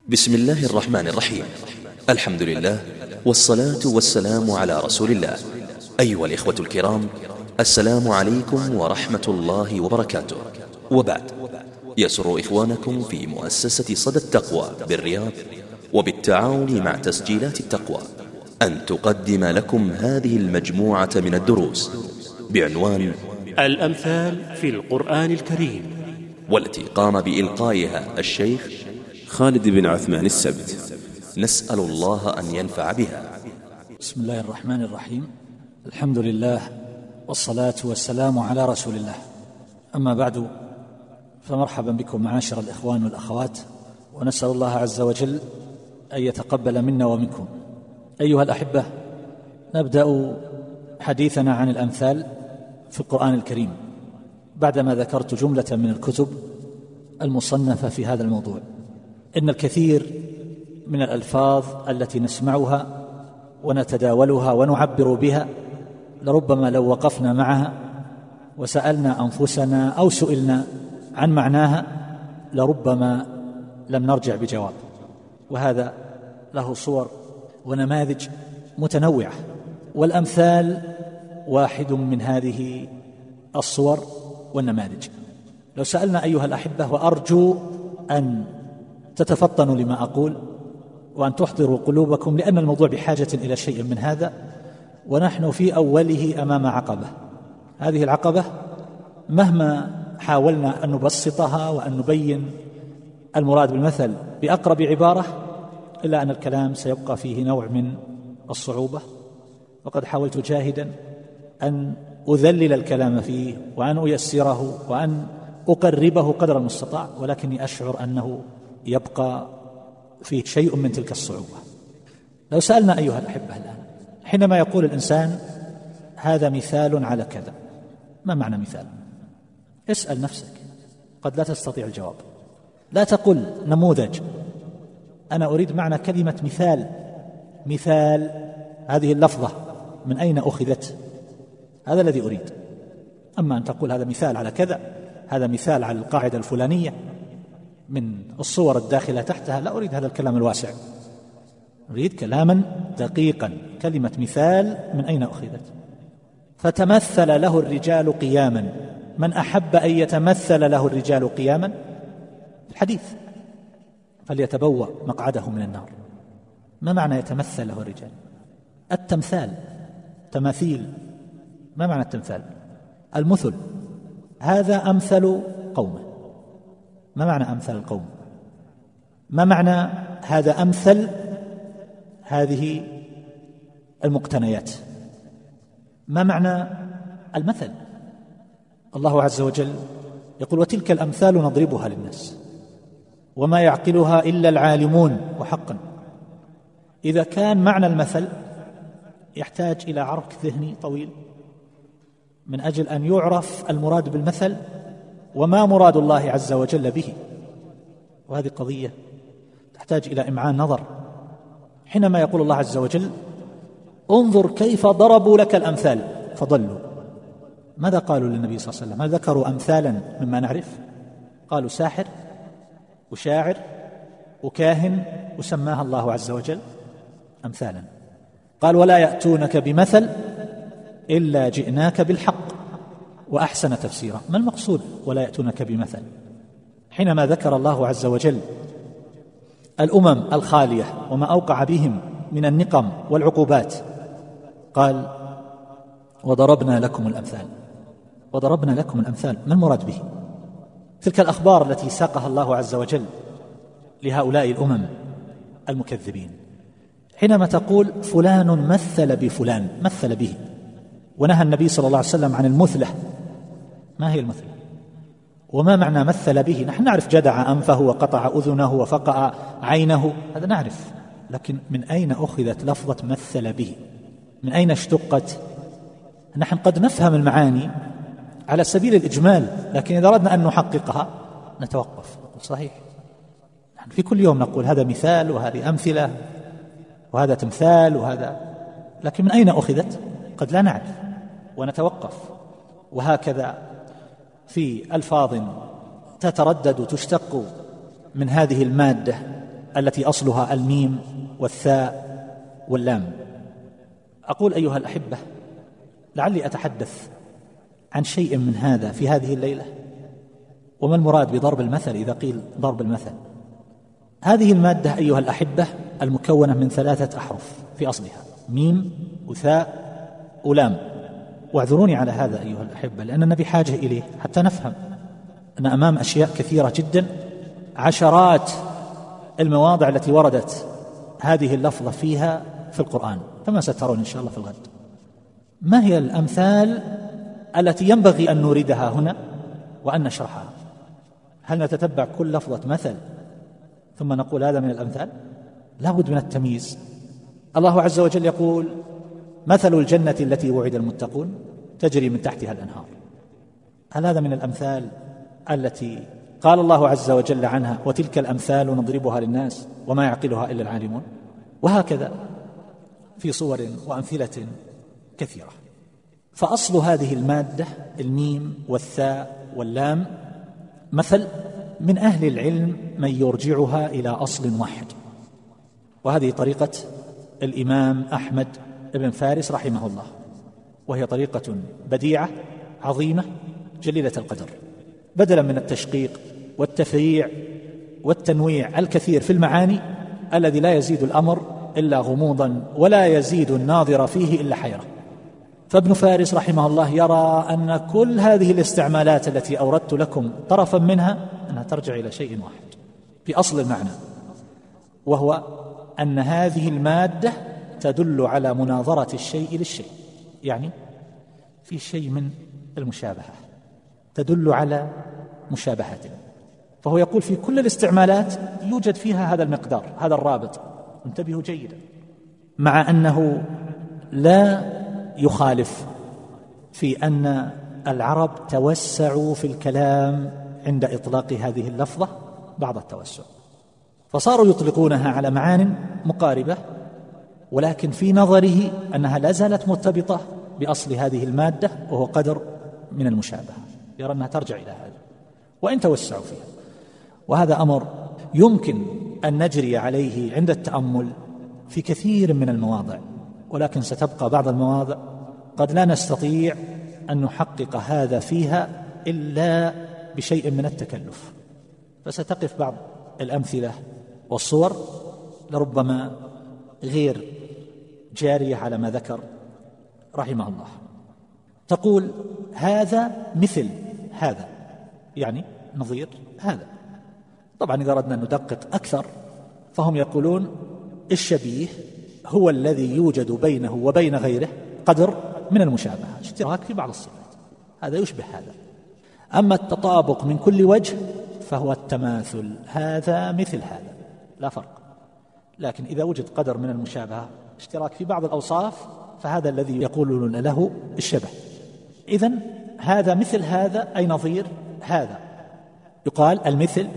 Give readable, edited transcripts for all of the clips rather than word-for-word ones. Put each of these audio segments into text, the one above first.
بسم الله الرحمن الرحيم. الحمد لله والصلاة والسلام على رسول الله. أيها الإخوة الكرام، السلام عليكم ورحمة الله وبركاته. وبعد، يسر إخوانكم في مؤسسة صدى التقوى بالرياض وبالتعاون مع تسجيلات التقوى أن تقدم لكم هذه المجموعة من الدروس بعنوان الأمثال في القرآن الكريم، والتي قام بإلقائها الشيخ خالد بن عثمان السبت. نسأل الله أن ينفع بها. بسم الله الرحمن الرحيم. الحمد لله والصلاة والسلام على رسول الله. أما بعد، فمرحبا بكم معاشر الإخوان والأخوات، ونسأل الله عز وجل أن يتقبل منا ومنكم. أيها الأحبة، نبدأ حديثنا عن الأمثال في القرآن الكريم بعدما ذكرت جملة من الكتب المصنفة في هذا الموضوع. إن الكثير من الألفاظ التي نسمعها ونتداولها ونعبر بها لربما لو وقفنا معها وسألنا أنفسنا أو سئلنا عن معناها لربما لم نرجع بجواب، وهذا له صور ونماذج متنوعة، والأمثال واحد من هذه الصور والنماذج. لو سألنا أيها الأحبة، وأرجو أن تتفطنوا لما أقول وأن تحضروا قلوبكم، لأن الموضوع بحاجة إلى شيء من هذا، ونحن في أوله أمام عقبة. هذه العقبة مهما حاولنا أن نبسطها وأن نبين المراد بالمثل بأقرب عبارة، إلا أن الكلام سيبقى فيه نوع من الصعوبة، وقد حاولت جاهدا أن أذلل الكلام فيه وأن أيسره وأن أقربه قدر المستطاع، ولكني أشعر أنه يبقى فيه شيء من تلك الصعوبة. لو سألنا أيها الأحبة الآن، حينما يقول الإنسان هذا مثال على كذا، ما معنى مثال؟ اسأل نفسك، قد لا تستطيع الجواب. لا تقل نموذج، أنا أريد معنى كلمة مثال. مثال هذه اللفظة من أين أخذت؟ هذا الذي أريد. أما أن تقول هذا مثال على كذا، هذا مثال على القاعدة الفلانية من الصور الداخلة تحتها، لا أريد هذا الكلام الواسع، أريد كلاما دقيقا. كلمة مثال من أين أخذت؟ فتمثل له الرجال قياما. من أحب أن يتمثل له الرجال قياما في الحديث فليتبوأ مقعده من النار. ما معنى يتمثل له الرجال؟ التمثال، تماثيل. ما معنى التمثال؟ المثل. هذا أمثل قومه. ما معنى أمثل القوم؟ ما معنى هذا أمثل هذه المقتنيات؟ ما معنى المثل؟ الله عز وجل يقول وتلك الأمثال نضربها للناس وما يعقلها إلا العالمون. وحقا إذا كان معنى المثل يحتاج إلى عرك ذهني طويل من أجل أن يعرف المراد بالمثل وما مراد الله عز وجل به، وهذه قضية تحتاج إلى إمعان نظر. حينما يقول الله عز وجل انظر كيف ضربوا لك الأمثال فضلوا، ماذا قالوا للنبي صلى الله عليه وسلم؟ هل ذكروا أمثالا مما نعرف؟ قالوا ساحر وشاعر وكاهن، وسماها الله عز وجل أمثالا. قال ولا يأتونك بمثل إلا جئناك بالحق وأحسن تفسيرا. ما المقصود ولا يأتونك بمثل؟ حينما ذكر الله عز وجل الأمم الخالية وما أوقع بهم من النقم والعقوبات، قال وضربنا لكم الأمثال. وضربنا لكم الأمثال، ما المراد به؟ تلك الأخبار التي ساقها الله عز وجل لهؤلاء الأمم المكذبين. حينما تقول فلان مثل بفلان، مثل به، ونهى النبي صلى الله عليه وسلم عن المثلة. ما هي المثلة؟ وما معنى مثل به؟ نحن نعرف جدع أنفه وقطع أذنه وفقع عينه، هذا نعرف، لكن من أين أخذت لفظة مثل به؟ من أين اشتقت؟ نحن قد نفهم المعاني على سبيل الإجمال، لكن إذا أردنا أن نحققها نتوقف، نقول صحيح، نحن في كل يوم نقول هذا مثال وهذه أمثلة وهذا تمثال وهذا، لكن من أين أخذت؟ قد لا نعرف ونتوقف. وهكذا في ألفاظ تتردد تشتق من هذه المادة التي أصلها الميم والثاء واللام. أقول أيها الأحبة، لعلي أتحدث عن شيء من هذا في هذه الليلة. وما المراد بضرب المثل إذا قيل ضرب المثل؟ هذه المادة أيها الأحبة المكونة من 3 أحرف في أصلها، ميم وثاء ولام. واعذروني على هذا أيها الأحبة، لأننا بحاجة إليه حتى نفهم أن أمام أشياء كثيرة جدا، عشرات المواضع التي وردت هذه اللفظة فيها في القرآن، كما سترون إن شاء الله في الغد. ما هي الأمثال التي ينبغي أن نوردها هنا وأن نشرحها؟ هل نتتبع كل لفظة مثل ثم نقول هذا من الأمثال؟ لا بد من التمييز. الله عز وجل يقول: مثل الجنة التي وعد المتقون تجري من تحتها الأنهار. هل هذا من الأمثال التي قال الله عز وجل عنها: وتلك الأمثال نضربها للناس وما يعقلها إلا العالمون؟ وهكذا في صور وأمثلة كثيرة. فأصل هذه المادة الميم والثاء واللام مثل، من أهل العلم من يرجعها إلى أصل واحد، وهذه طريقة الإمام أحمد بن فارس رحمه الله، وهي طريقة بديعة عظيمة جليلة القدر. بدلا من التشقيق والتفريع والتنويع الكثير في المعاني الذي لا يزيد الأمر إلا غموضا ولا يزيد الناظر فيه إلا حيرة، فابن فارس رحمه الله يرى أن كل هذه الاستعمالات التي أوردت لكم طرفا منها أنها ترجع إلى شيء واحد في أصل المعنى، وهو أن هذه المادة تدل على مناظرة الشيء للشيء، يعني في شيء من المشابهة، تدل على مشابهته. فهو يقول في كل الاستعمالات يوجد فيها هذا المقدار، هذا الرابط، انتبهوا جيدا، مع أنه لا يخالف في أن العرب توسعوا في الكلام عند إطلاق هذه اللفظة بعض التوسع، فصاروا يطلقونها على معان مقاربة، ولكن في نظره أنها لا زالت مرتبطة بأصل هذه المادة وهو قدر من المشابهة، يرى أنها ترجع إلى هذا وإن توسعوا فيها. وهذا أمر يمكن أن نجري عليه عند التأمل في كثير من المواضع، ولكن ستبقى بعض المواضع قد لا نستطيع أن نحقق هذا فيها إلا بشيء من التكلف، فستقف بعض الأمثلة والصور لربما غير جارية على ما ذكر رحمه الله. تقول هذا مثل هذا، يعني نظير هذا. طبعا إذا أردنا أن ندقق أكثر فهم يقولون الشبيه هو الذي يوجد بينه وبين غيره قدر من المشابهة، اشتراك في بعض الصفات، هذا يشبه هذا. أما التطابق من كل وجه فهو التماثل، هذا مثل هذا، لا فرق. لكن إذا وجد قدر من المشابهة، اشتراك في بعض الأوصاف، فهذا الذي يقولون له الشبه. إذن هذا مثل هذا أي نظير هذا. يقال المثل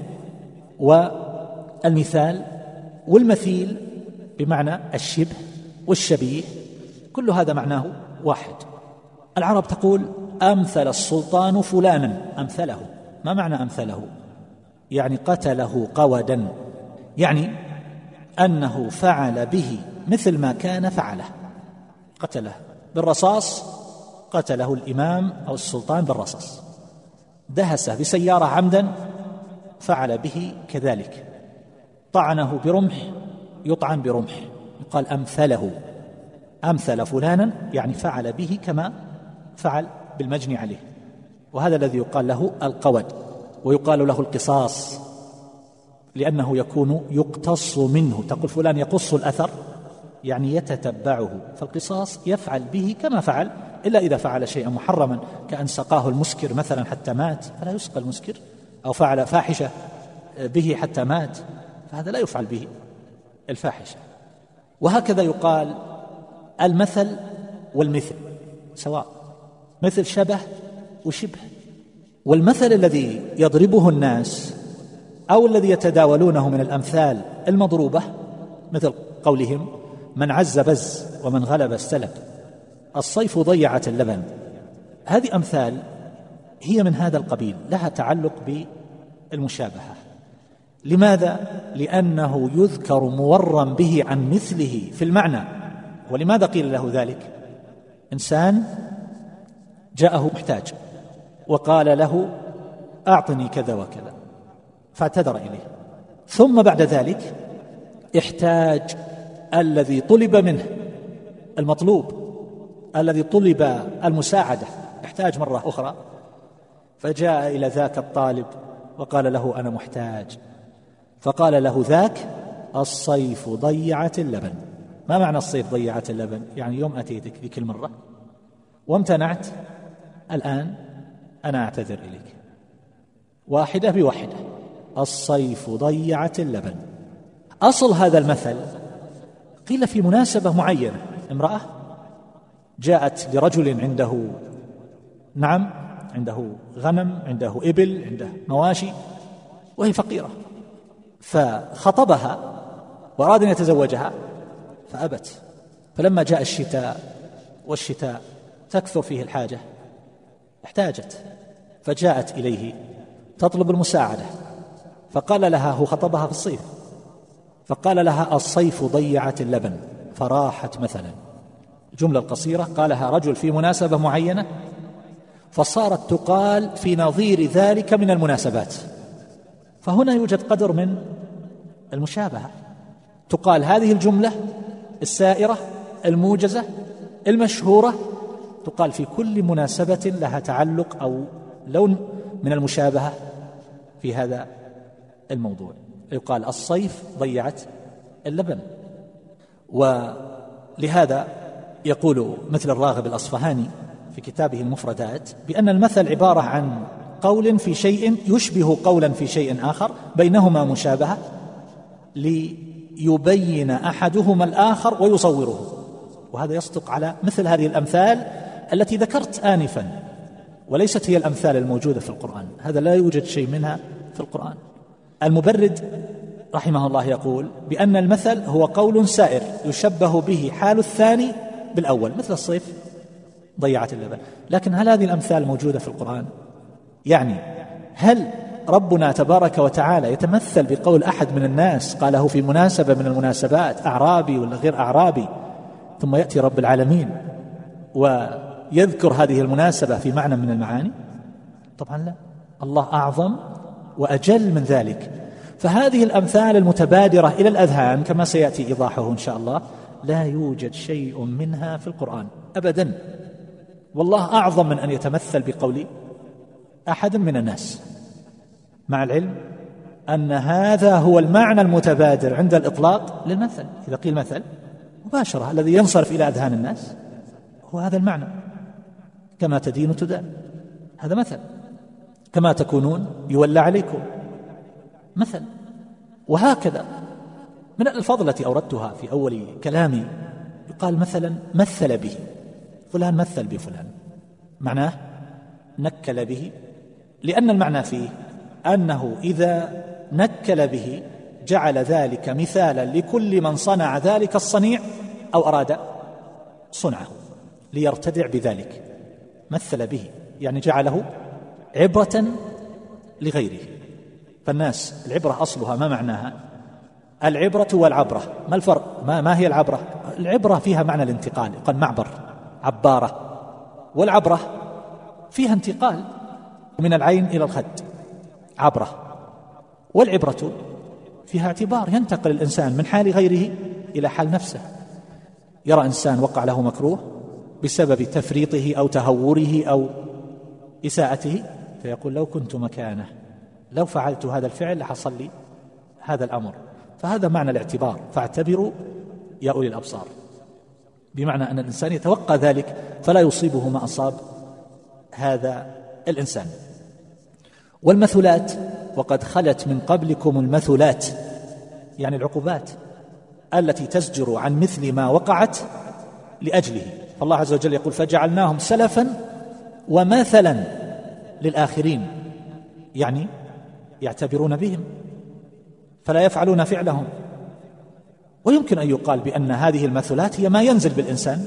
والمثال والمثيل بمعنى الشبه والشبيه، كل هذا معناه واحد. العرب تقول أمثل السلطان فلانا، أمثله. ما معنى أمثله؟ يعني قتله قودا، يعني أنه فعل به مثل ما كان فعله، قتله بالرصاص، قتله الإمام أو السلطان بالرصاص، دهسه بسيارة عمدا فعل به كذلك، طعنه برمح يطعن برمح، يقال أمثله، أمثل فلانا يعني فعل به كما فعل بالمجني عليه. وهذا الذي يقال له القود، ويقال له القصاص لأنه يكون يقتص منه، تقول فلان يقص الأثر يعني يتتبعه، فالقصاص يفعل به كما فعل، إلا إذا فعل شيئا محرما كأن سقاه المسكر مثلا حتى مات فلا يسقى المسكر، أو فعل فاحشة به حتى مات فهذا لا يفعل به الفاحشة. وهكذا يقال المثل والمثل سواء، مثل شبه وشبه. والمثل الذي يضربه الناس أو الذي يتداولونه من الأمثال المضروبة مثل قولهم من عز بز ومن غلب استلب، الصيف ضيعت اللبن، هذه أمثال هي من هذا القبيل، لها تعلق بالمشابهة، لماذا؟ لأنه يذكر مورا به عن مثله في المعنى. ولماذا قيل له ذلك؟ إنسان جاءه محتاج وقال له أعطني كذا وكذا، فاعتذر إليه، ثم بعد ذلك احتاج الذي طلب منه، المطلوب الذي طلب المساعدة، احتاج مرة أخرى، فجاء إلى ذاك الطالب وقال له أنا محتاج، فقال له ذاك الصيف ضيعت اللبن. ما معنى الصيف ضيعت اللبن؟ يعني يوم أتيتك ذيك المرة وامتنعت، الآن أنا أعتذر إليك، واحدة بواحدة، الصيف ضيعت اللبن. أصل هذا المثل قيل في مناسبة معينة. امرأة جاءت لرجل عنده عنده غنم، عنده إبل، عنده مواشي، وهي فقيرة، فخطبها وأراد أن يتزوجها فأبت. فلما جاء الشتاء والشتاء تكثر فيه الحاجة احتاجت، فجاءت إليه تطلب المساعدة، فقال لها، هو خطبها في الصيف، فقال لها الصيف ضيعت اللبن، فراحت. مثلا الجملة القصيرة قالها رجل في مناسبة معينة، فصارت تقال في نظير ذلك من المناسبات. فهنا يوجد قدر من المشابهة، تقال هذه الجملة السائرة الموجزة المشهورة، تقال في كل مناسبة لها تعلق أو لون من المشابهة في هذا الموضوع. يقال الصيف ضيعت اللبن. ولهذا يقول مثل الراغب الأصفهاني في كتابه المفردات بأن المثل عبارة عن قول في شيء يشبه قولا في شيء آخر بينهما مشابهة ليبين أحدهما الآخر ويصوره. وهذا يصدق على مثل هذه الأمثال التي ذكرت آنفا، وليست هي الأمثال الموجودة في القرآن، هذا لا يوجد شيء منها في القرآن. المبرد رحمه الله يقول بأن المثل هو قول سائر يشبه به حال الثاني بالأول، مثل الصيف ضيعت اللبن. لكن هل هذه الأمثال موجودة في القرآن؟ يعني هل ربنا تبارك وتعالى يتمثل بقول أحد من الناس قاله في مناسبة من المناسبات، أعرابي ولا غير أعرابي، ثم يأتي رب العالمين ويذكر هذه المناسبة في معنى من المعاني؟ طبعا لا، الله أعظم وأجل من ذلك. فهذه الأمثال المتبادرة إلى الأذهان كما سيأتي إيضاحه إن شاء الله لا يوجد شيء منها في القرآن أبدا، والله أعظم من أن يتمثل بقول أحد من الناس، مع العلم أن هذا هو المعنى المتبادر عند الإطلاق للمثل. إذا قيل مثل مباشرة الذي ينصرف إلى أذهان الناس هو هذا المعنى، كما تدين تدان، هذا مثل، كما تكونون يولى عليكم، مثل. وهكذا من الألفاظ التي أوردتها في أول كلامي يقال مثلا مثل به فلان، مثل بفلان، معناه نكل به، لأن المعنى فيه أنه إذا نكل به جعل ذلك مثالا لكل من صنع ذلك الصنيع أو أراد صنعه ليرتدع بذلك. مثل به يعني جعله عبرة لغيره. فالناس العبرة أصلها ما معناها؟ العبرة والعبرة ما الفرق؟ ما هي العبرة؟ العبرة فيها معنى الانتقال، يقال معبر، عبارة. والعبرة فيها انتقال من العين إلى الخد، عبرة. والعبرة فيها اعتبار، ينتقل الإنسان من حال غيره إلى حال نفسه. يرى إنسان وقع له مكروه بسبب تفريطه أو تهوره أو إساءته، فيقول لو كنت مكانه لو فعلت هذا الفعل لحصل لي هذا الأمر. فهذا معنى الاعتبار، فاعتبروا يا أولي الأبصار، بمعنى أن الإنسان يتوقع ذلك فلا يصيبه ما أصاب هذا الإنسان. والمثلات وقد خلت من قبلكم المثلات، يعني العقوبات التي تزجر عن مثل ما وقعت لأجله. فالله عز وجل يقول فجعلناهم سلفا ومثلا للآخرين، يعني يعتبرون بهم فلا يفعلون فعلهم. ويمكن أن يقال بأن هذه المثلات هي ما ينزل بالإنسان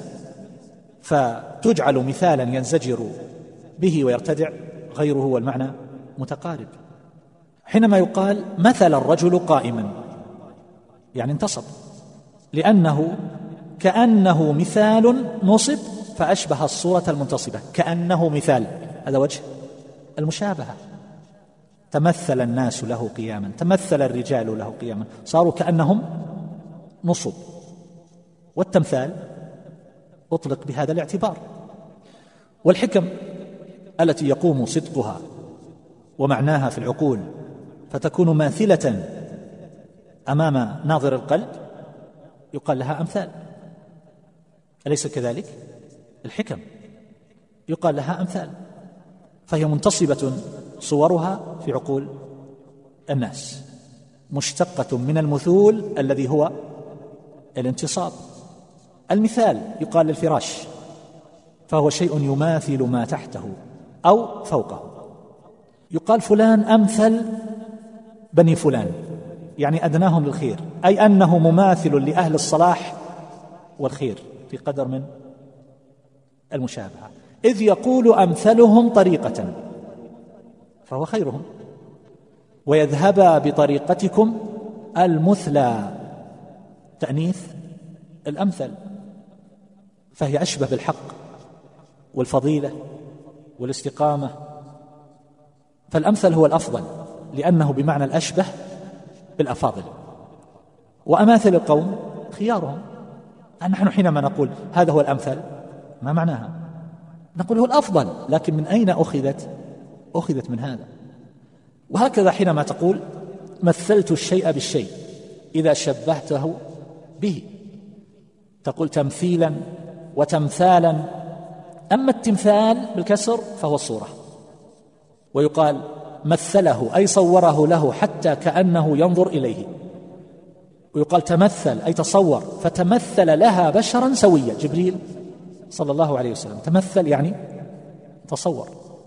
فتجعل مثالا ينزجر به ويرتدع غيره، والمعنى متقارب. حينما يقال مثل الرجل قائما يعني انتصب، لأنه كأنه مثال نصب فأشبه الصورة المنتصبة، كأنه مثال، هذا وجه المشابهة. تمثل الناس له قياما، تمثل الرجال له قياما، صاروا كأنهم نصب. والتمثال أطلق بهذا الاعتبار. والحكم التي يقوم صدقها ومعناها في العقول فتكون ماثلة أمام ناظر القلب يقال لها أمثال، أليس كذلك؟ الحكم يقال لها أمثال، فهي منتصبة صورها في عقول الناس، مشتقة من المثول الذي هو الانتصاب. المثال يقال للفراش، فهو شيء يماثل ما تحته أو فوقه. يقال فلان أمثل بني فلان، يعني أدناهم للخير، أي أنه مماثل لأهل الصلاح والخير في قدر من المشابهة، إذ يقول أمثلهم طريقة فهو خيرهم، ويذهبا بطريقتكم المثلى، تأنيث الأمثل، فهي أشبه بالحق والفضيلة والاستقامة. فالأمثل هو الأفضل لأنه بمعنى الأشبه بالأفاضل، وأماثل القوم خيارهم. نحن حينما نقول هذا هو الأمثل ما معناها؟ نقول هو الأفضل، لكن من أين أخذت من هذا. وهكذا حينما تقول مثلت الشيء بالشيء إذا شبهته به، تقول تمثيلا وتمثالا. أما التمثال بالكسر فهو الصورة، ويقال مثله أي صوره له حتى كأنه ينظر إليه، ويقال تمثل أي تصور، فتمثل لها بشرا سويا، جبريل صلى الله عليه وسلم تمثل يعني تصور،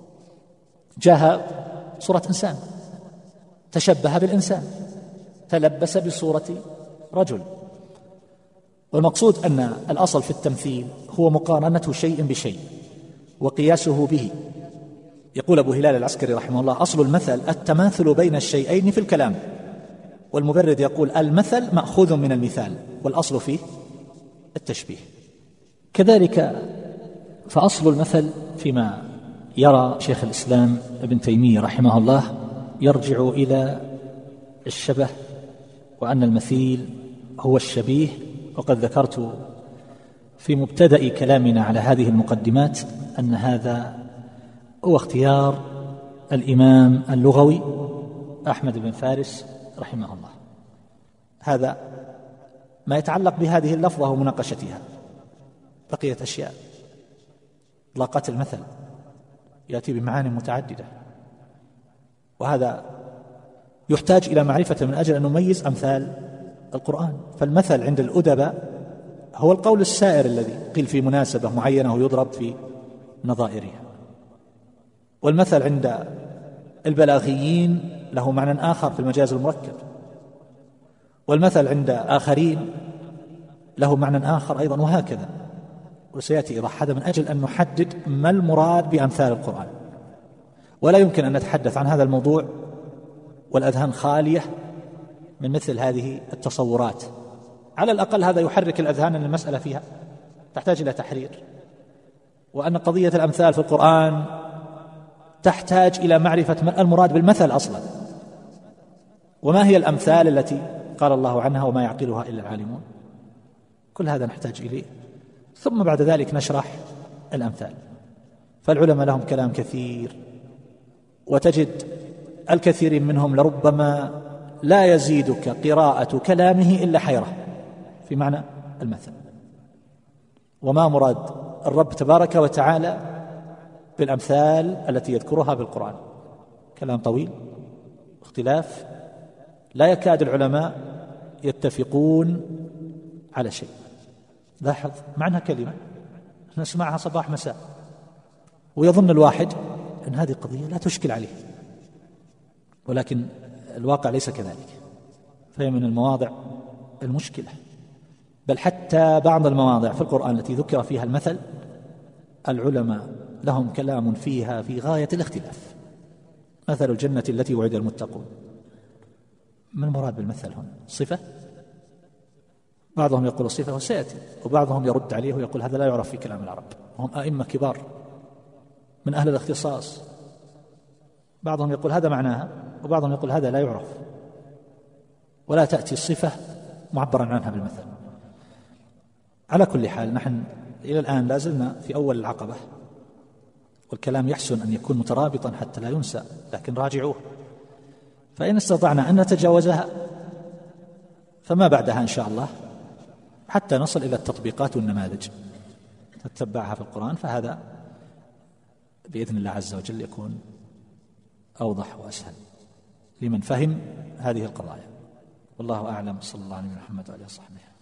جاء صورة إنسان، تشبه بالإنسان، تلبس بصورة رجل. والمقصود أن الأصل في التمثيل هو مقارنة شيء بشيء وقياسه به. يقول أبو هلال العسكري رحمه الله أصل المثل التماثل بين الشيئين في الكلام، والمبرد يقول المثل مأخوذ من المثال والأصل فيه التشبيه. كذلك فأصل المثل فيما يرى شيخ الإسلام ابن تيمية رحمه الله يرجع إلى الشبه، وأن المثيل هو الشبيه. وقد ذكرت في مبتدأ كلامنا على هذه المقدمات أن هذا هو اختيار الإمام اللغوي أحمد بن فارس رحمه الله. هذا ما يتعلق بهذه اللفظة ومناقشتها. بقيت أشياء، إطلاقات المثل يأتي بمعاني متعددة، وهذا يحتاج إلى معرفة من أجل أن نميز أمثال القرآن. فالمثل عند الأدباء هو القول السائر الذي قيل في مناسبة معينة ويضرب في نظائرها، والمثل عند البلاغيين له معنى آخر في المجاز المركب، والمثل عند آخرين له معنى آخر أيضا، وهكذا. وسيأتي إيضاح هذا من أجل أن نحدد ما المراد بأمثال القرآن. ولا يمكن أن نتحدث عن هذا الموضوع والأذهان خالية من مثل هذه التصورات. على الأقل هذا يحرك الأذهان أن المسألة فيها تحتاج إلى تحرير، وأن قضية الأمثال في القرآن تحتاج إلى معرفة ما المراد بالمثل أصلا، وما هي الأمثال التي قال الله عنها وما يعقلها إلا العالمون. كل هذا نحتاج إليه، ثم بعد ذلك نشرح الأمثال. فالعلماء لهم كلام كثير، وتجد الكثير منهم لربما لا يزيدك قراءة كلامه إلا حيرة في معنى المثل، وما مراد الرب تبارك وتعالى بالأمثال التي يذكرها بالقرآن. كلام طويل، اختلاف، لا يكاد العلماء يتفقون على شيء. لاحظ معنى كلمة نسمعها صباح مساء ويظن الواحد أن هذه القضية لا تشكل عليه، ولكن الواقع ليس كذلك، فهي من المواضع المشكلة. بل حتى بعض المواضع في القرآن التي ذكر فيها المثل العلماء لهم كلام فيها في غاية الاختلاف. مثل الجنة التي وعد المتقون ما المراد بالمثل هنا؟ صفة؟ بعضهم يقول صفة وسيأتي، وبعضهم يرد عليه ويقول هذا لا يعرف في كلام العرب، هم أئمة كبار من أهل الاختصاص. بعضهم يقول هذا معناها، وبعضهم يقول هذا لا يعرف، ولا تأتي الصفة معبرا عنها بالمثل. على كل حال نحن إلى الآن لا زلنا في أول العقبة، والكلام يحسن أن يكون مترابطا حتى لا ينسى، لكن راجعوه، فإن استطعنا أن نتجاوزها فما بعدها إن شاء الله حتى نصل إلى التطبيقات والنماذج نتبعها في القرآن، فهذا بإذن الله عز وجل يكون أوضح وأسهل لمن فهم هذه القضايا. والله أعلم، صلى الله عليه محمد وعلى آله وصحبه.